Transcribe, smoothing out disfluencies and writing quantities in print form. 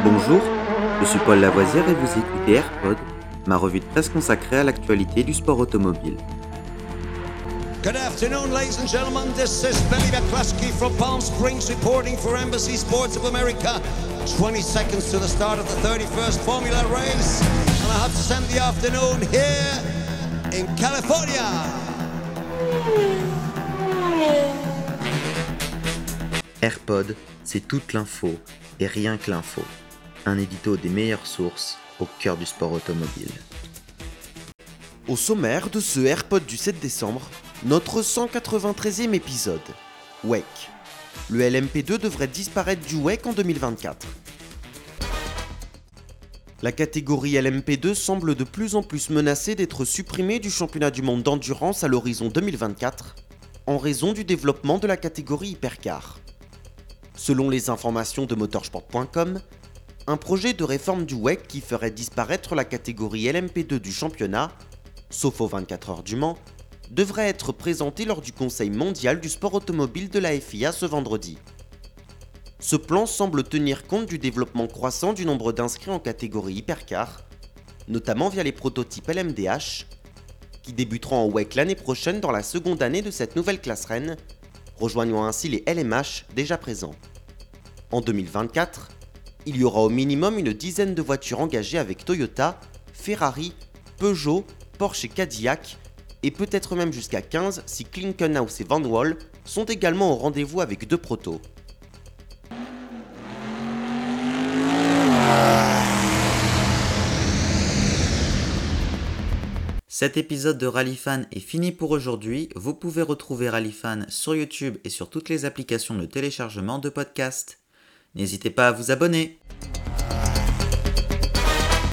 Bonjour, je suis Paul Lavoisière et vous écoutez AirPod, ma revue de presse consacrée à l'actualité du sport automobile. Good afternoon, ladies and gentlemen. This is Billy McCluskey from Palm Springs reporting for Embassy Sports of America. 20 seconds to the start of the 31st Formula race. And I have to spend the afternoon here in California. AirPod, c'est toute l'info et rien que l'info. Un édito des meilleures sources au cœur du sport automobile. Au sommaire de ce AirPod du 7 décembre, notre 193e épisode, WEC. Le LMP2 devrait disparaître du WEC en 2024. La catégorie LMP2 semble de plus en plus menacée d'être supprimée du championnat du monde d'endurance à l'horizon 2024, en raison du développement de la catégorie hypercar. Selon les informations de motorsport.com, un projet de réforme du WEC qui ferait disparaître la catégorie LMP2 du championnat, sauf aux 24 heures du Mans, devrait être présenté lors du Conseil mondial du sport automobile de la FIA ce vendredi. Ce plan semble tenir compte du développement croissant du nombre d'inscrits en catégorie hypercar, notamment via les prototypes LMDH, qui débuteront en WEC l'année prochaine dans la seconde année de cette nouvelle classe reine, rejoignant ainsi les LMH déjà présents. En 2024, il y aura au minimum une dizaine de voitures engagées avec Toyota, Ferrari, Peugeot, Porsche et Cadillac, et peut-être même jusqu'à 15 si Klinkenhaus et Van Wall sont également au rendez-vous avec deux protos. Cet épisode de Rallyfan est fini pour aujourd'hui. Vous pouvez retrouver Rallyfan sur YouTube et sur toutes les applications de téléchargement de podcasts. N'hésitez pas à vous abonner.